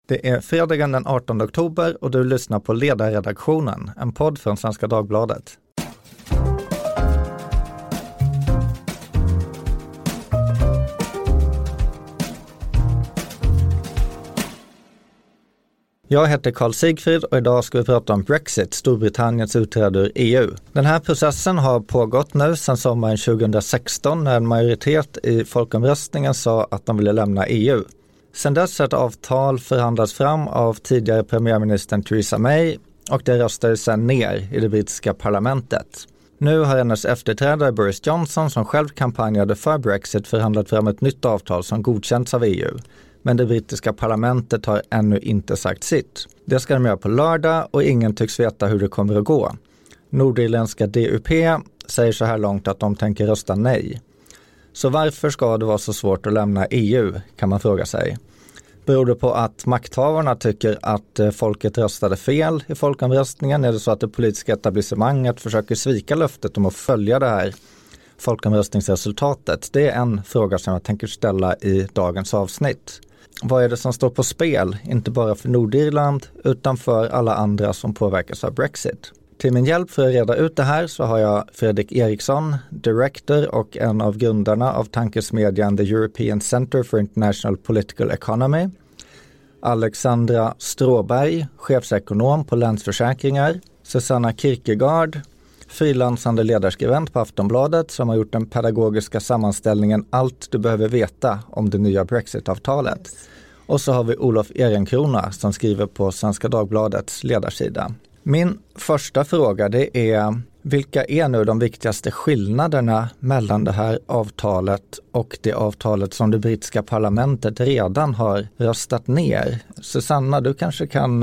Det är fredagen den 18 oktober och du lyssnar på Ledarredaktionen, en podd från Svenska Dagbladet. Jag heter Carl Sigfrid och idag ska vi prata om Brexit, Storbritanniens utträde ur EU. Den här processen har pågått nu sedan sommaren 2016 när en majoritet i folkomröstningen sa att de ville lämna EU. Sedan dess ett avtal förhandlats fram av tidigare premiärministern Theresa May och det röstades sedan ner i det brittiska parlamentet. Nu har hennes efterträdare Boris Johnson, som själv kampanjade för Brexit, förhandlat fram ett nytt avtal som godkänts av EU. Men det brittiska parlamentet har ännu inte sagt sitt. Det ska de göra på lördag och ingen tycks veta hur det kommer att gå. Nordirländska DUP säger så här långt att de tänker rösta nej. Så varför ska det vara så svårt att lämna EU, kan man fråga sig. Beror det på att makthavarna tycker att folket röstade fel i folkomröstningen? Är det så att det politiska etablissemanget försöker svika löftet om att följa det här folkomröstningsresultatet? Det är en fråga som jag tänker ställa i dagens avsnitt. Vad är det som står på spel, inte bara för Nordirland utan för alla andra som påverkas av Brexit? Till min hjälp för att reda ut det här så har jag Fredrik Eriksson, director och en av grundarna av tankesmedjan The European Center for International Political Economy. Alexandra Stråberg, chefsekonom på Länsförsäkringar. Susanna Kierkegaard, frilansande ledarskribent på Aftonbladet som har gjort den pedagogiska sammanställningen Allt du behöver veta om det nya Brexit-avtalet. Och så har vi Olof Ehrenkrona som skriver på Svenska Dagbladets ledarsida. Min första fråga det är, vilka är nu de viktigaste skillnaderna mellan det här avtalet och det avtalet som det brittiska parlamentet redan har röstat ner? Susanna, du kanske kan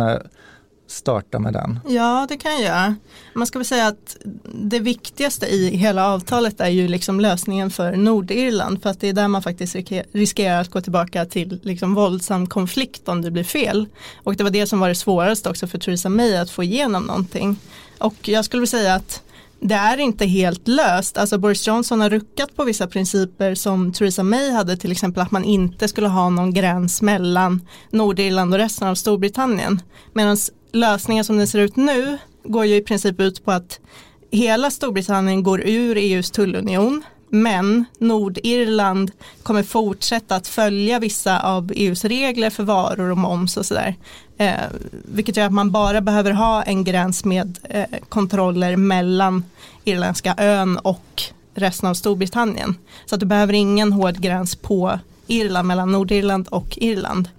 starta med den. Ja, det kan jag. Man ska väl säga att det viktigaste i hela avtalet är ju liksom lösningen för Nordirland, för att det är där man faktiskt riskerar att gå tillbaka till liksom våldsam konflikt om det blir fel. Och det var det som var det svåraste också för Theresa May att få igenom någonting. Och jag skulle vilja säga att det är inte helt löst. Alltså Boris Johnson har ruckat på vissa principer som Theresa May hade, till exempel att man inte skulle ha någon gräns mellan Nordirland och resten av Storbritannien. Medan lösningen som den ser ut nu går ju i princip ut på att hela Storbritannien går ur EUs tullunion, men Nordirland kommer fortsätta att följa vissa av EUs regler för varor och moms och sådär. Vilket gör att man bara behöver ha en gräns med kontroller mellan Irländska ön och resten av Storbritannien. Så att du behöver ingen hård gräns på Irland mellan Nordirland och Irland.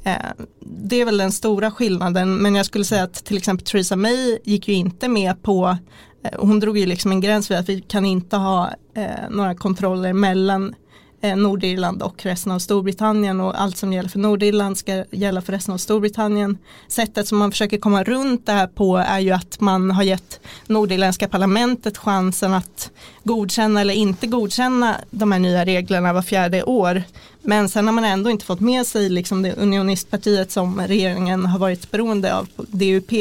Det är väl den stora skillnaden, men jag skulle säga att till exempel Theresa May gick ju inte med på, hon drog ju liksom en gräns vid att vi kan inte ha några kontroller mellan Nordirland och resten av Storbritannien, och allt som gäller för Nordirland ska gälla för resten av Storbritannien. Sättet som man försöker komma runt det här på är ju att man har gett Nordirländska parlamentet chansen att godkänna eller inte godkänna de här nya reglerna var 4:e år. Men sen har man ändå inte fått med sig liksom det unionistpartiet som regeringen har varit beroende av, DUP.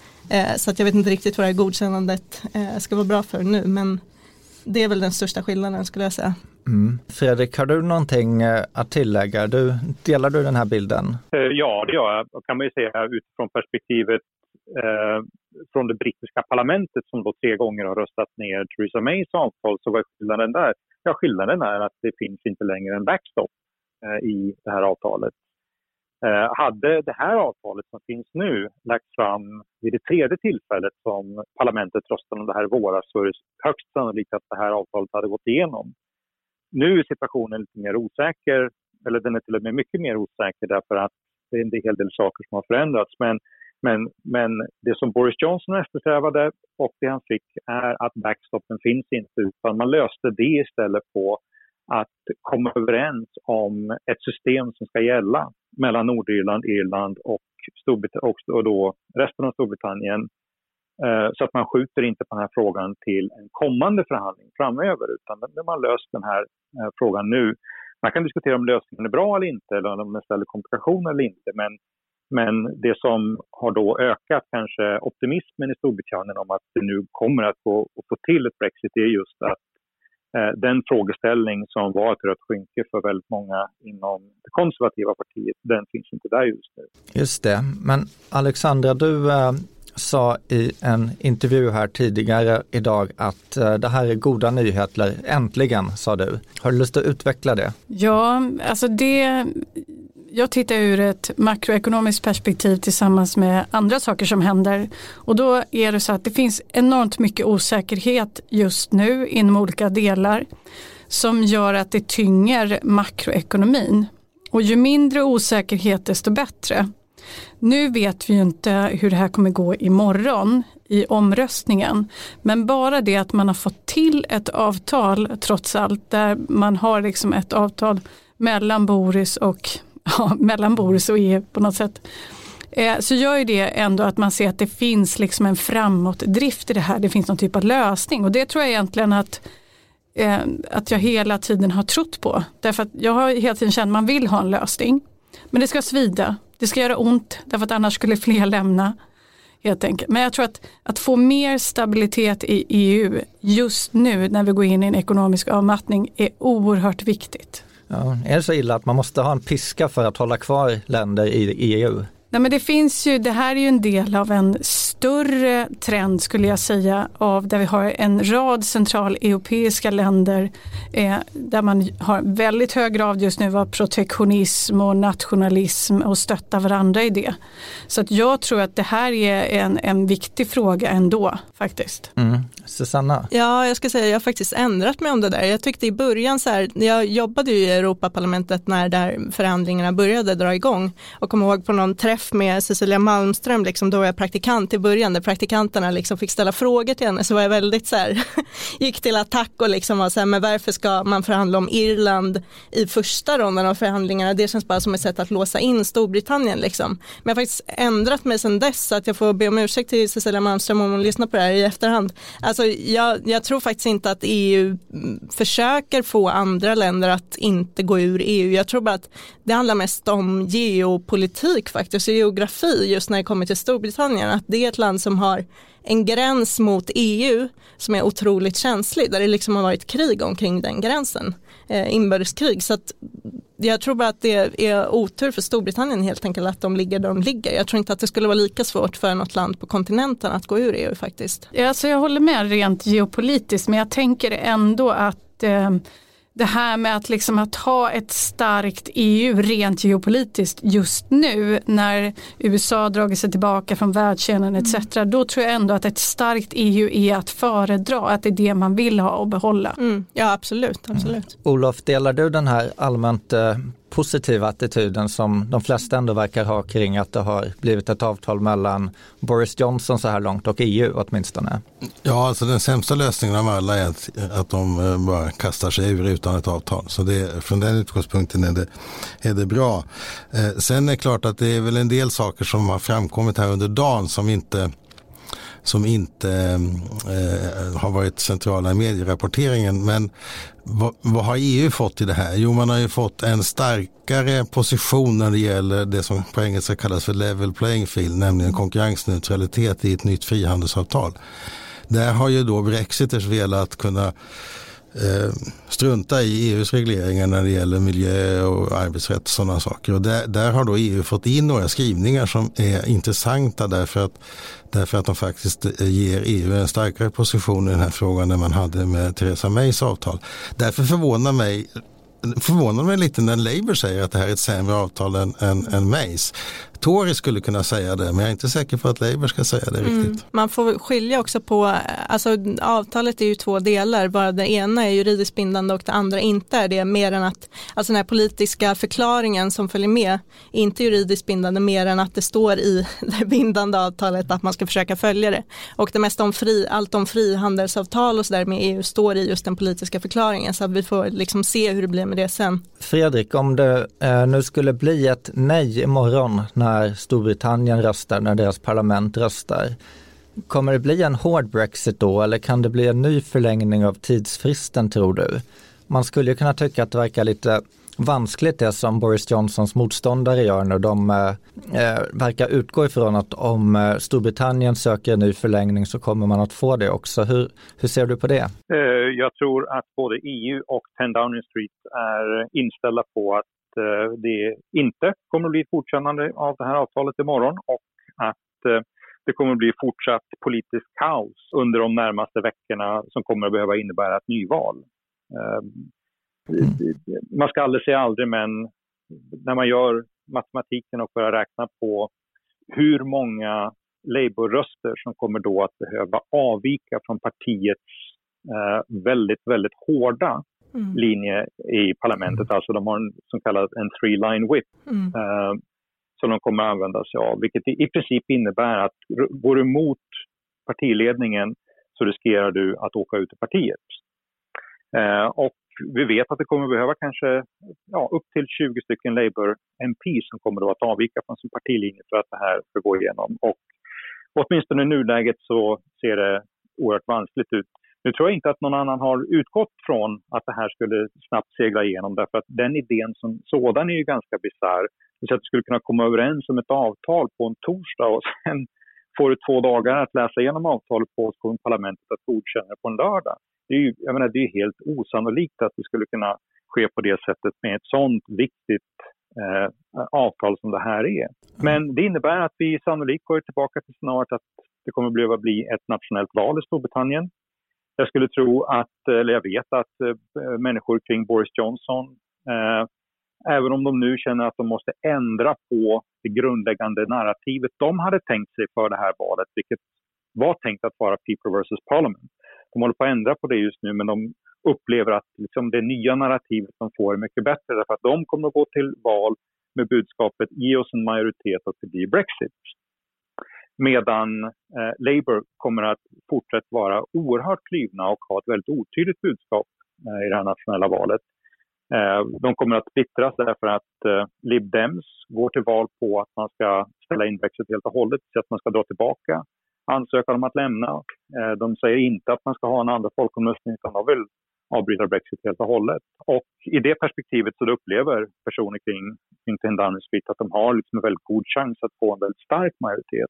Så att jag vet inte riktigt vad det här godkännandet ska vara bra för nu, men det är väl den största skillnaden skulle jag säga. Fredrik, har du någonting att tillägga? Delar du den här bilden? Ja, det gör jag. Kan man ju säga utifrån perspektivet från det brittiska parlamentet som då 3 gånger har röstat ner Theresa Mays avtal, så var skillnaden där? Ja, skillnaden är att det finns inte längre en backstop i det här avtalet. Hade det här avtalet som finns nu lagts fram vid det 3:e tillfället som parlamentet röstade om det här i våras, så är det högst sannolikt att det här avtalet hade gått igenom. Nu är situationen lite mer osäker, eller den är till och med mycket mer osäker därför att det är en hel del saker som har förändrats. Men det som Boris Johnson eftersträvade och det han fick är att backstoppen finns inte, utan man löste det istället på att komma överens om ett system som ska gälla mellan Nordirland, Irland och då resten av Storbritannien. Så att man skjuter inte på den här frågan till en kommande förhandling framöver, utan man löst den här frågan nu. Man kan diskutera om lösningen är bra eller inte, eller om den ställer komplikationer eller inte, men det som har då ökat kanske optimismen i Storbritannien om att det nu kommer att gå att få till ett Brexit är just att Den frågeställning som var ett rött skynke för väldigt många inom det konservativa partiet, den finns inte där just nu. Just det, men Alexandra, du sa i en intervju här tidigare idag att det här är goda nyheter, äntligen, sa du. Har du lust att utveckla det? Ja, alltså jag tittar ur ett makroekonomiskt perspektiv tillsammans med andra saker som händer. Och då är det så att det finns enormt mycket osäkerhet just nu inom olika delar som gör att det tynger makroekonomin. Och ju mindre osäkerhet desto bättre. Nu vet vi ju inte hur det här kommer gå imorgon i omröstningen. Men bara det att man har fått till ett avtal trots allt, där man har liksom ett avtal mellan Boris och EU på något sätt. Så gör ju det ändå att man ser att det finns liksom en framåtdrift i det här. Det finns någon typ av lösning, och det tror jag egentligen att jag hela tiden har trott på. Därför att jag har hela tiden känt att man vill ha en lösning. Men det ska svida. Det ska göra ont, därför att annars skulle fler lämna. Helt enkelt. Men jag tror att få mer stabilitet i EU just nu när vi går in i en ekonomisk avmattning är oerhört viktigt. Ja, är det så illa att man måste ha en piska för att hålla kvar länder i EU? Nej, men det här är ju en del av en större trend, skulle jag säga, av där vi har en rad centraleuropeiska länder där man har väldigt hög grad just nu av protektionism och nationalism och stöttar varandra i det. Så att jag tror att det här är en viktig fråga ändå faktiskt. Susanna? Ja, jag ska säga jag har faktiskt ändrat mig om det där. Jag tyckte i början så här, jag jobbade ju i Europaparlamentet när där förhandlingarna började dra igång, och kom ihåg på någon träff med Cecilia Malmström, liksom, då var jag praktikant i början, där praktikanterna liksom fick ställa frågor till henne, så var jag väldigt så här, gick till attack och liksom var så här, men varför ska man förhandla om Irland i första ronden av förhandlingarna? Det känns bara som ett sätt att låsa in Storbritannien liksom. Men jag har faktiskt ändrat mig sedan dess, så att jag får be om ursäkt till Cecilia Malmström om hon lyssnar på det här i efterhand. Alltså jag tror faktiskt inte att EU försöker få andra länder att inte gå ur EU. Jag tror bara att det handlar mest om geopolitik faktiskt, geografi just när det kommer till Storbritannien. Att det är ett land som har en gräns mot EU som är otroligt känslig, där det liksom har varit krig omkring den gränsen, inbördeskrig. Så att jag tror bara att det är otur för Storbritannien helt enkelt att de ligger där de ligger. Jag tror inte att det skulle vara lika svårt för något land på kontinenten att gå ur EU faktiskt. Ja, så jag håller med rent geopolitiskt, men jag tänker ändå att det här med att, liksom, att ha ett starkt EU rent geopolitiskt just nu när USA dragit sig tillbaka från världsscenen etc. Då tror jag ändå att ett starkt EU är att föredra, att det är det man vill ha och behålla. Ja, absolut. Olof, delar du den här allmänt positiva attityden som de flesta ändå verkar ha kring att det har blivit ett avtal mellan Boris Johnson så här långt och EU åtminstone? Ja, alltså den sämsta lösningen av alla är att de bara kastar sig ur utan ett avtal. Så från den utgångspunkten är det bra. Sen är det klart att det är väl en del saker som har framkommit här under dagen som inte har varit centrala i medierapporteringen. Men vad har EU fått i det här? Jo, man har ju fått en starkare position när det gäller det som på engelska kallas för level playing field, nämligen konkurrensneutralitet i ett nytt frihandelsavtal. Där har ju då Brexiters velat kunna strunta i EUs regleringar när det gäller miljö och arbetsrätt och sådana saker. Och där har då EU fått in några skrivningar som är intressanta därför att de faktiskt ger EU en starkare position i den här frågan än man hade med Theresa Mays avtal. Därför förvånar mig lite när Labour säger att det här är ett sämre avtal än Mays. Tory skulle kunna säga det, men jag är inte säker på att Labour ska säga det riktigt. Man får skilja också på, alltså avtalet är ju två delar, bara det ena är juridiskt bindande och det andra inte är det, mer än att, alltså den här politiska förklaringen som följer med är inte juridiskt bindande, mer än att det står i det bindande avtalet att man ska försöka följa det. Och det mesta om allt om frihandelsavtal och så där med EU står i just den politiska förklaringen, så att vi får liksom se hur det blir med det sen. Fredrik, om det nu skulle bli ett nej imorgon när Storbritannien röstar, när deras parlament röstar, kommer det bli en hård Brexit då, eller kan det bli en ny förlängning av tidsfristen, tror du? Man skulle ju kunna tycka att det verkar lite vanskligt det som Boris Johnsons motståndare gör nu. De verkar utgå ifrån att om Storbritannien söker en ny förlängning så kommer man att få det också. Hur ser du på det? Jag tror att både EU och 10 Downing Street är inställda på att det inte kommer att bli ett godkännande av det här avtalet imorgon och att det kommer att bli fortsatt politisk kaos under de närmaste veckorna som kommer att behöva innebära ett nyval. Man ska aldrig säga aldrig, men när man gör matematiken och börjar räkna på hur många Labour-röster som kommer då att behöva avvika från partiets väldigt, väldigt hårda linje i parlamentet. Alltså de har en som kallas en 3-line whip som de kommer att använda sig av. Vilket i princip innebär att går du emot partiledningen så riskerar du att åka ut ur partiet. Och vi vet att det kommer att behöva kanske upp till 20 stycken Labour-MP som kommer då att avvika från sin partilinje för att det här ska gå igenom. Och åtminstone i nuläget så ser det oerhört vanskligt ut. Nu tror jag inte att någon annan har utgått från att det här skulle snabbt segla igenom, därför att den idén som sådan är ju ganska bisarr. Så att du skulle kunna komma överens om ett avtal på en torsdag och sen får du 2 dagar att läsa igenom avtalet på parlamentet att godkänna på en lördag. Det är ju, det är helt osannolikt att det skulle kunna ske på det sättet med ett sånt viktigt avtal som det här är. Men det innebär att vi sannolikt går tillbaka till snart att det kommer att behöva bli ett nationellt val i Storbritannien. Jag skulle tro eller jag vet att människor kring Boris Johnson, även om de nu känner att de måste ändra på det grundläggande narrativet de hade tänkt sig för det här valet, vilket var tänkt att vara People versus Parliament. De håller på att ändra på det just nu, men de upplever att liksom, det nya narrativet de får är mycket bättre, därför att de kommer att gå till val med budskapet ge oss en majoritet och det blir Brexit. Medan Labour kommer att fortsätta vara oerhört klivna och ha ett väldigt otydligt budskap i det här nationella valet. De kommer att splittras därför att Lib Dems går till val på att man ska ställa in Brexit helt och hållet, så att man ska dra tillbaka ansökan om att lämna. De säger inte att man ska ha en andra folkomröstning, utan de vill avbryta Brexit helt och hållet. Och i det perspektivet så upplever personer kring 10 Downing Street att de har liksom en väldigt god chans att få en väldigt stark majoritet.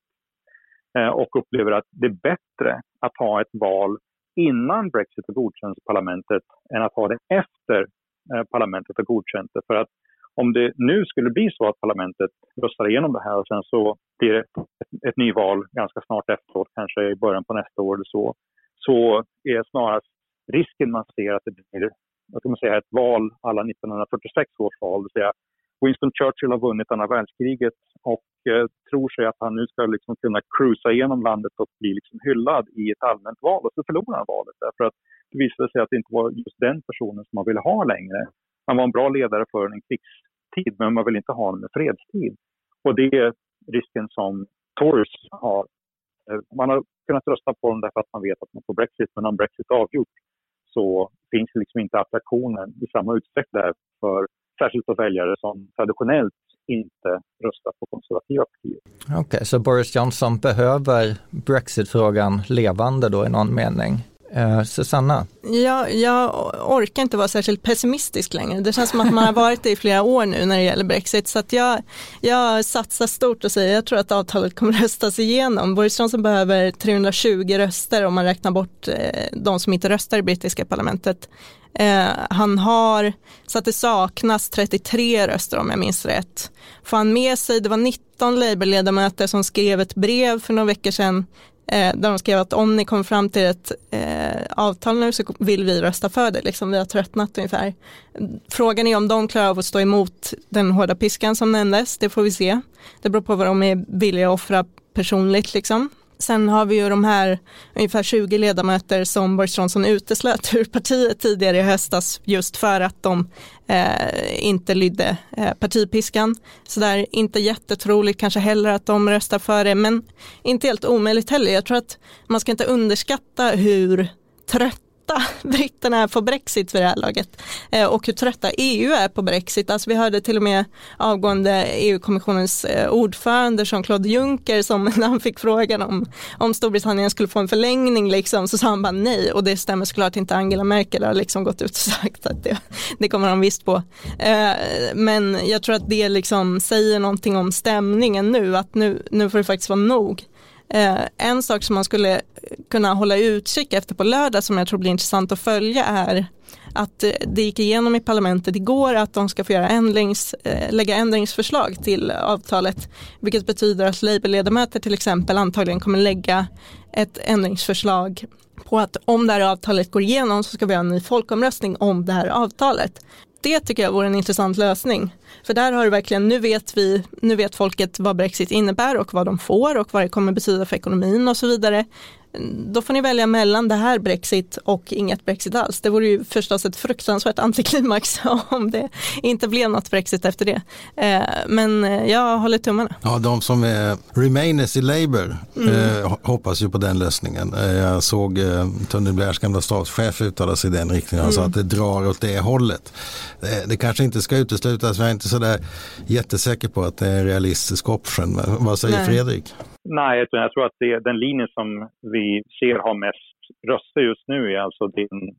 Och upplever att det är bättre att ha ett val innan Brexit är godkänt i parlamentet än att ha det efter parlamentet har godkänt det. För att om det nu skulle bli så att parlamentet röstar igenom det här och sen så blir det ett nyval ganska snart efteråt, kanske i början på nästa år eller så är snarast risken man ser att det blir, vad ska man säga, ett val alla 1946 års val. Det vill säga Winston Churchill har vunnit andra världskriget och tror sig att han nu ska liksom kunna cruisa igenom landet och bli liksom hyllad i ett allmänt val, och så förlorar han valet därför att det visade sig att det inte var just den personen som man ville ha längre. Han var en bra ledare för en krigstid, men man vill inte ha honom i fredstid. Och det är risken som Tories har. Man har kunnat rösta på dem därför att man vet att man får Brexit, men om Brexit är avgjort så finns det liksom inte attraktionen i samma utsträckning där för särskilt för väljare som traditionellt inte röstar på konservativa partier. Okej, så Boris Johnson behöver Brexit-frågan levande då i någon mening. Susanna? Jag orkar inte vara särskilt pessimistisk längre. Det känns som att man har varit det i flera år nu när det gäller Brexit. Så att jag satsar stort och säger jag tror att avtalet kommer röstas igenom. Boris Johnson behöver 320 röster om man räknar bort de som inte röstar i brittiska parlamentet. Han har, så att det saknas 33 röster om jag minns rätt. Får han med sig, det var 19 Labour-ledamöter som skrev ett brev för några veckor sedan där de skrev att om ni kommer fram till ett avtal nu så vill vi rösta för det. Liksom, vi har tröttnat ungefär. Frågan är om de klarar av att stå emot den hårda piskan som nämndes. Det får vi se. Det beror på vad de är villiga att offra personligt liksom. Sen har vi ju de här ungefär 20 ledamöter som Boris Johnson uteslöt ur partiet tidigare i höstas just för att de inte lydde partipiskan. Så där är inte jättetroligt kanske heller att de röstar för det, men inte helt omöjligt heller. Jag tror att man ska inte underskatta hur trött trötta britterna är på Brexit för det här laget och hur trötta EU är på Brexit. Alltså vi hörde till och med avgående EU-kommissionens ordförande Jean-Claude Juncker som när han fick frågan om Storbritannien skulle få en förlängning liksom, så sa han bara nej, och det stämmer såklart inte. Angela Merkel har liksom gått ut och sagt att det kommer han visst på. Men jag tror att det liksom säger någonting om stämningen nu, att nu får det faktiskt vara nog. En sak som man skulle kunna hålla utkik efter på lördag som jag tror blir intressant att följa är att det gick igenom i parlamentet igår att de ska få göra lägga ändringsförslag till avtalet, vilket betyder att Labour-ledamöter till exempel antagligen kommer lägga ett ändringsförslag på att om det här avtalet går igenom så ska vi ha en ny folkomröstning om det här avtalet. Det tycker jag vore en intressant lösning. För där har det verkligen, nu vet folket vad Brexit innebär och vad de får och vad det kommer betyda för ekonomin och så vidare. Då får ni välja mellan det här Brexit och inget Brexit alls. Det vore ju förstås ett fruktansvärt antiklimax om det inte blev något Brexit efter det. Men jag håller tummarna. Ja, de som är remainers i Labour hoppas ju på den lösningen. Jag såg Tony Blairs gamla stabschef uttala sig i den riktningen. Han sa att det drar åt det hållet. Det kanske inte ska uteslutas. Jag är inte så där jättesäker på att det är en realistisk option. Vad säger Fredrik? Nej, jag tror att den linjen som vi ser har mest röster just nu är alltså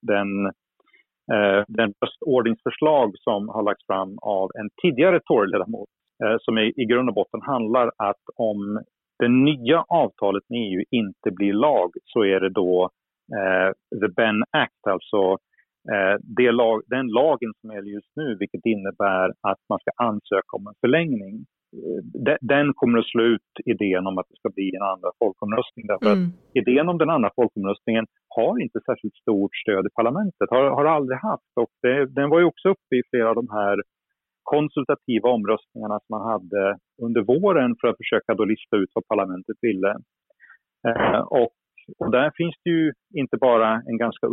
den röstordningsförslag som har lagts fram av en tidigare Tory-ledamot som i grund och botten handlar att om det nya avtalet med EU inte blir lag så är det då the Ben Act, alltså den lagen som är just nu, vilket innebär att man ska ansöka om en förlängning. Den kommer att slå ut idén om att det ska bli en andra folkomröstning. Därför att idén om den andra folkomröstningen har inte särskilt stort stöd i parlamentet. Har aldrig haft. Och den var ju också uppe i flera av de här konsultativa omröstningarna som man hade under våren för att försöka då lista ut vad parlamentet ville. Och där finns det ju inte bara en ganska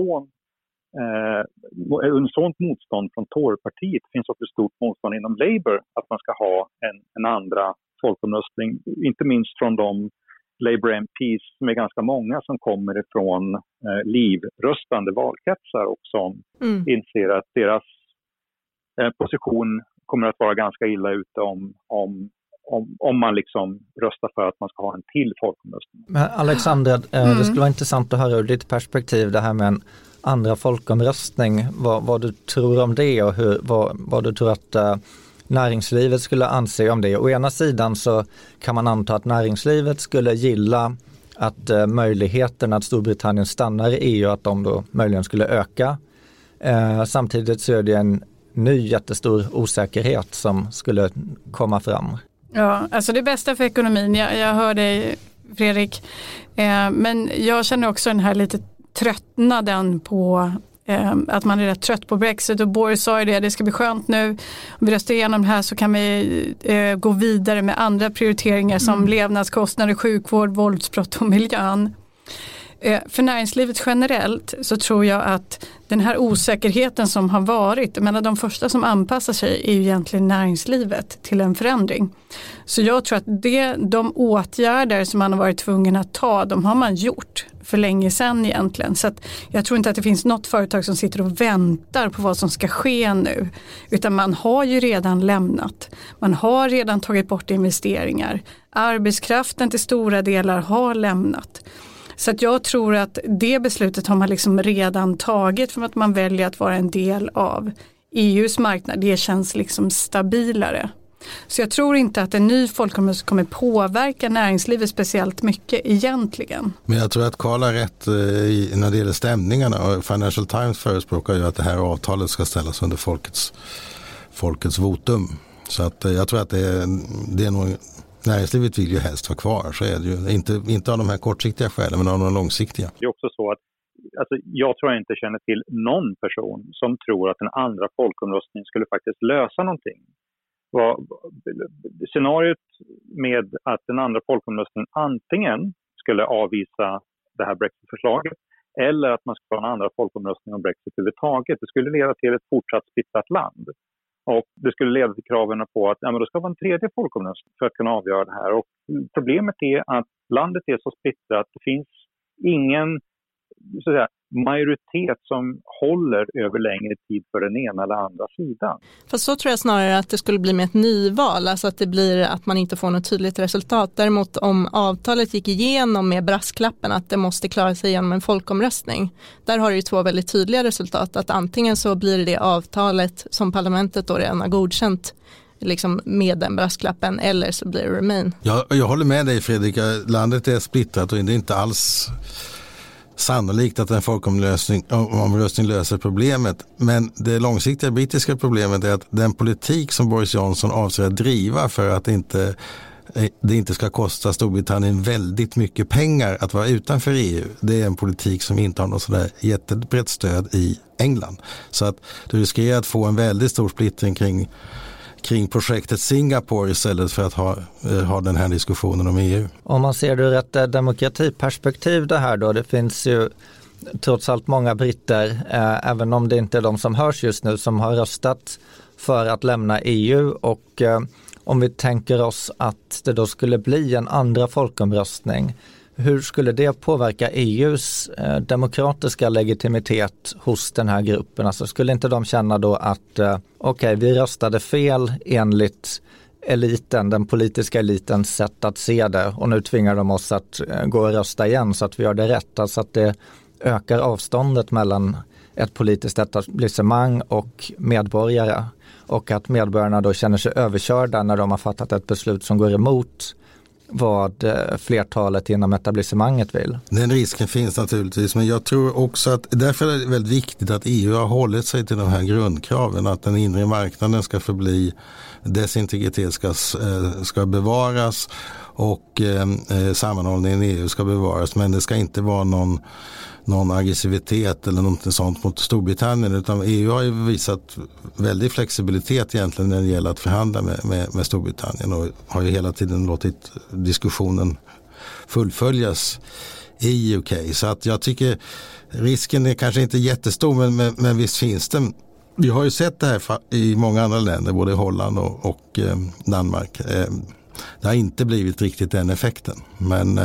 unisont motstånd från Torypartiet. Det finns också stort motstånd inom Labour att man ska ha en andra folkomröstning. Inte minst från de Labour MPs som är ganska många som kommer ifrån Leave-röstande valkretsar och som inser att deras position kommer att vara ganska illa ute om man liksom röstar för att man ska ha en till folkomröstning. Men Alexandra, det skulle vara intressant att höra ur ditt perspektiv det här med en andra folkomröstning, vad du tror om det och vad du tror att näringslivet skulle anse om det. Å ena sidan så kan man anta att näringslivet skulle gilla att möjligheten att Storbritannien stannar i EU, att de då möjligen skulle öka. Samtidigt så är det en ny jättestor osäkerhet som skulle komma fram. Ja, alltså det bästa för ekonomin, jag hör dig Fredrik, men jag känner också den här lite tröttnaden på att man är rätt trött på Brexit, och Boris sa ju det ska bli skönt nu, om vi röstar igenom det här så kan vi gå vidare med andra prioriteringar som levnadskostnader, sjukvård, våldsbrott och miljön. För näringslivet generellt så tror jag att den här osäkerheten som har varit, men de första som anpassar sig är ju egentligen näringslivet till en förändring. Så jag tror att de åtgärder som man har varit tvungen att ta, de har man gjort för länge sedan egentligen. Så att jag tror inte att det finns något företag som sitter och väntar på vad som ska ske nu. Utan man har ju redan lämnat. Man har redan tagit bort investeringar. Arbetskraften till stora delar har lämnat. Så att jag tror att det beslutet har man liksom redan tagit för att man väljer att vara en del av EUs marknad. Det känns liksom stabilare. Så jag tror inte att en ny folkomröstning kommer påverka näringslivet speciellt mycket egentligen. Men jag tror att Carl har rätt när det gäller stämningarna. Financial Times förespråkar ju att det här avtalet ska ställas under folkets votum. Så att jag tror att det är nog... Näringslivet vill ju helst vara kvar, så är det ju. Inte av de här kortsiktiga skälen, men av de långsiktiga. Det är också så att jag tror jag inte känner till någon person som tror att en andra folkomröstning skulle faktiskt lösa någonting. Scenariot med att en andra folkomröstning antingen skulle avvisa det här Brexit-förslaget eller att man skulle ha en andra folkomröstning om Brexit överhuvudtaget, det skulle leda till ett fortsatt splittrat land. Och det skulle leda till kraven på att då ska vara en tredje folkomröstning för att kunna avgöra det här. Och problemet är att landet är så splittrat. Det finns ingen, majoritet som håller över längre tid för den ena eller andra sidan. Fast så tror jag snarare att det skulle bli med ett nyval, alltså att det blir att man inte får något tydligt resultat. Däremot om avtalet gick igenom med brasklappen att det måste klara sig genom en folkomröstning, där har det ju två väldigt tydliga resultat, att antingen så blir det avtalet som parlamentet då redan har godkänt liksom med den brasklappen, eller så blir det Remain. Jag håller med dig, Fredrik, landet är splittrat och det är inte alls sannolikt att en folkomröstning löser problemet. Men det långsiktiga brittiska problemet är att den politik som Boris Johnson avser att driva för att det inte ska kosta Storbritannien väldigt mycket pengar att vara utanför EU, det är en politik som inte har något sådär jättebrett stöd i England. Så att du riskerar att få en väldigt stor splittring kring projektet Singapore istället för att ha den här diskussionen om EU. Om man ser det ur ett demokratiperspektiv det här då, det finns ju trots allt många britter, även om det inte är de som hörs just nu, som har röstat för att lämna EU, och om vi tänker oss att det då skulle bli en andra folkomröstning, hur skulle det påverka EUs demokratiska legitimitet hos den här gruppen? Alltså skulle inte de känna då att okej, vi röstade fel enligt eliten, den politiska elitens sätt att se det, och nu tvingar de oss att gå och rösta igen så att vi gör det rätt, alltså att det ökar avståndet mellan ett politiskt etablissemang och medborgare, och att medborgarna då känner sig överkörda när de har fattat ett beslut som går emot vad flertalet inom etablissemanget vill. Den risken finns naturligtvis, men jag tror också att därför är det väldigt viktigt att EU har hållit sig till de här grundkraven, att den inre marknaden ska förbli, dess integritet ska bevaras och sammanhållningen i EU ska bevaras, men det ska inte vara någon aggressivitet eller något sånt mot Storbritannien, utan EU har ju visat väldigt flexibilitet egentligen när det gäller att förhandla med Storbritannien, och har ju hela tiden låtit diskussionen fullföljas i UK. Så att jag tycker risken är kanske inte jättestor, men visst finns det. Vi har ju sett det här i många andra länder, både i Holland och Danmark. Det har inte blivit riktigt den effekten, men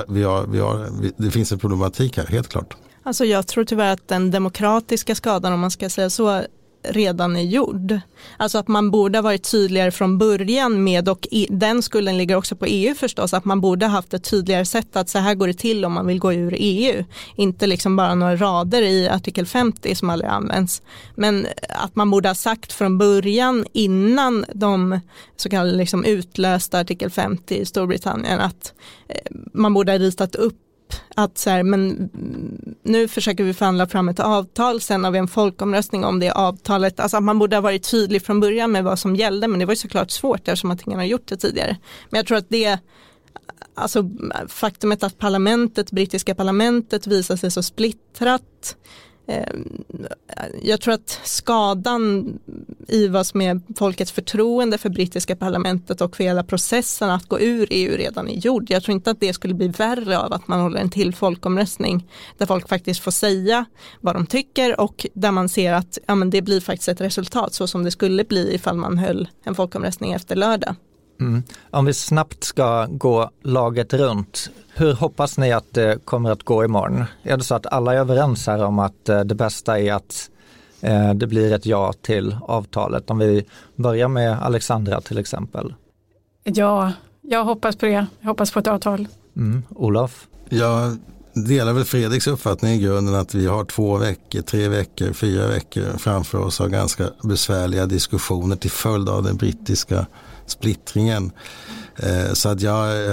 det finns en problematik här, helt klart. Alltså jag tror tyvärr att den demokratiska skadan, om man ska säga så, redan är gjord. Alltså att man borde ha varit tydligare från början med, och den skulden ligger också på EU förstås, att man borde ha haft ett tydligare sätt att så här går det till om man vill gå ur EU. Inte liksom bara några rader i artikel 50 som aldrig används. Men att man borde ha sagt från början, innan de så kallade liksom utlösta artikel 50 i Storbritannien, att man borde ha ritat upp att så här, men nu försöker vi förhandla fram ett avtal, sen har vi en folkomröstning om det avtalet. Alltså att man borde ha varit tydlig från början med vad som gällde, men det var ju såklart svårt eftersom att ingen har gjort det tidigare. Men jag tror att det, alltså faktumet att brittiska parlamentet visar sig så splittrat, jag tror att skadan i vad som är folkets förtroende för brittiska parlamentet och för hela processen att gå ur EU redan är gjord. Jag tror inte att det skulle bli värre av att man håller en till folkomröstning där folk faktiskt får säga vad de tycker, och där man ser att ja, men det blir faktiskt ett resultat så som det skulle bli ifall man höll en folkomröstning efter lördag. Om vi snabbt ska gå laget runt, hur hoppas ni att det kommer att gå imorgon? Är det så att alla är överens här om att det bästa är att det blir ett ja till avtalet? Om vi börjar med Alexandra till exempel. Ja, jag hoppas på det. Jag hoppas på ett avtal. Olof? Jag delar väl Fredriks uppfattning i grunden att vi har 2 veckor, 3 veckor, 4 veckor framför oss av ganska besvärliga diskussioner till följd av den brittiska splittringen. Så att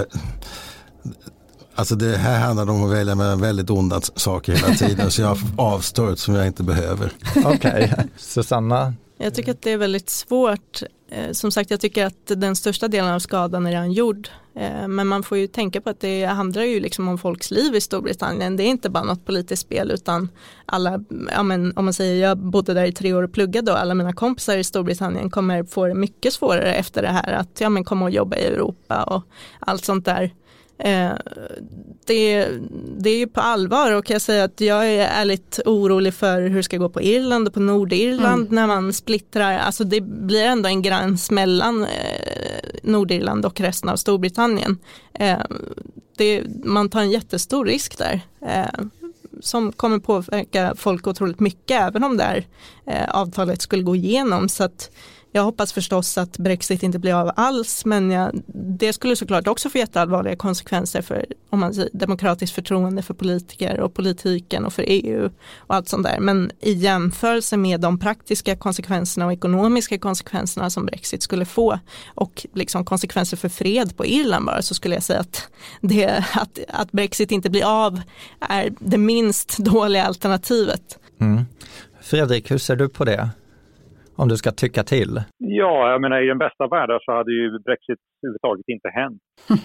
alltså det här handlar om att välja mellan väldigt onda saker hela tiden, så jag avstår som jag inte behöver. Okej. Susanna? Jag tycker att det är väldigt svårt. Som sagt, jag tycker att den största delen av skadan är redan gjord. Men man får ju tänka på att det handlar ju liksom om folks liv i Storbritannien. Det är inte bara något politiskt spel, utan alla, ja men, om man säger jag bodde där i 3 år och pluggade, och alla mina kompisar i Storbritannien kommer få det mycket svårare efter det här, att ja men komma och jobba i Europa och allt sånt där. Det är ju på allvar, och jag säger att jag är ärligt orolig för hur det ska gå på Irland och på Nordirland när man splittrar. Alltså det blir ändå en gräns mellan Nordirland och resten av Storbritannien. Man tar en jättestor risk där. som kommer påverka folk otroligt mycket även om det här avtalet skulle gå igenom. Så att jag hoppas förstås att Brexit inte blir av alls, men det skulle såklart också få jätteallvarliga konsekvenser för om man säger, demokratiskt förtroende för politiker och politiken och för EU och allt sånt där. Men i jämförelse med de praktiska konsekvenserna och ekonomiska konsekvenserna som Brexit skulle få och liksom konsekvenser för fred på Irland bara, så skulle jag säga att Brexit inte blir av är det minst dåliga alternativet. Fredrik, hur ser du på det? Om du ska tycka till? Ja, jag menar i den bästa världen så hade ju Brexit överhuvudtaget inte hänt.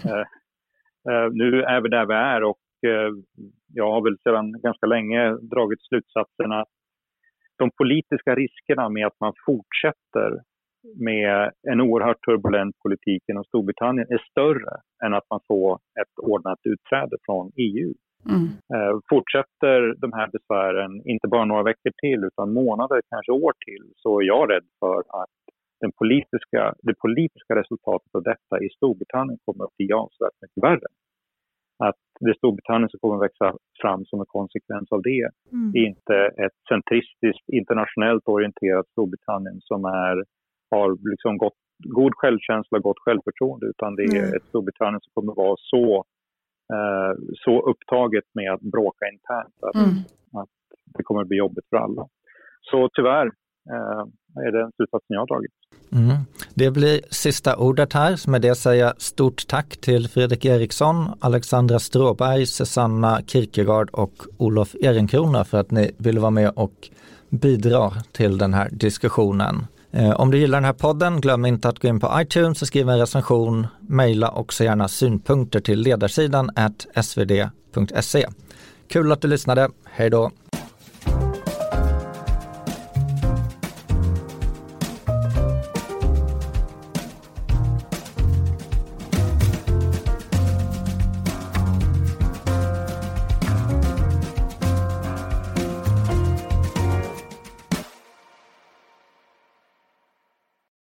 Nu är vi där vi är och jag har väl sedan ganska länge dragit slutsatsen att de politiska riskerna med att man fortsätter med en oerhört turbulent politik inom Storbritannien är större än att man får ett ordnat utträde från EU. Fortsätter de här besvären inte bara några veckor till utan månader, kanske år till, så är jag rädd för att det politiska resultatet av detta i Storbritannien kommer att bli avsevärt mycket värre. Att det Storbritannien som kommer att växa fram som en konsekvens av det är inte ett centristiskt, internationellt orienterat Storbritannien som har liksom god självkänsla, gott självförtroende, utan det är ett Storbritannien som kommer att vara så upptaget med att bråka internt att det kommer att bli jobbigt för alla. Så tyvärr är det en slutsats jag har dragit. Det blir sista ordet här. Med det säger jag stort tack till Fredrik Eriksson, Alexandra Stråberg, Susanna Kierkegaard och Olof Ehrenkrona för att ni ville vara med och bidra till den här diskussionen. Om du gillar den här podden, glöm inte att gå in på iTunes och skriva en recension. Maila också gärna synpunkter till ledarsidan @svd.se. Kul att du lyssnade. Hej då!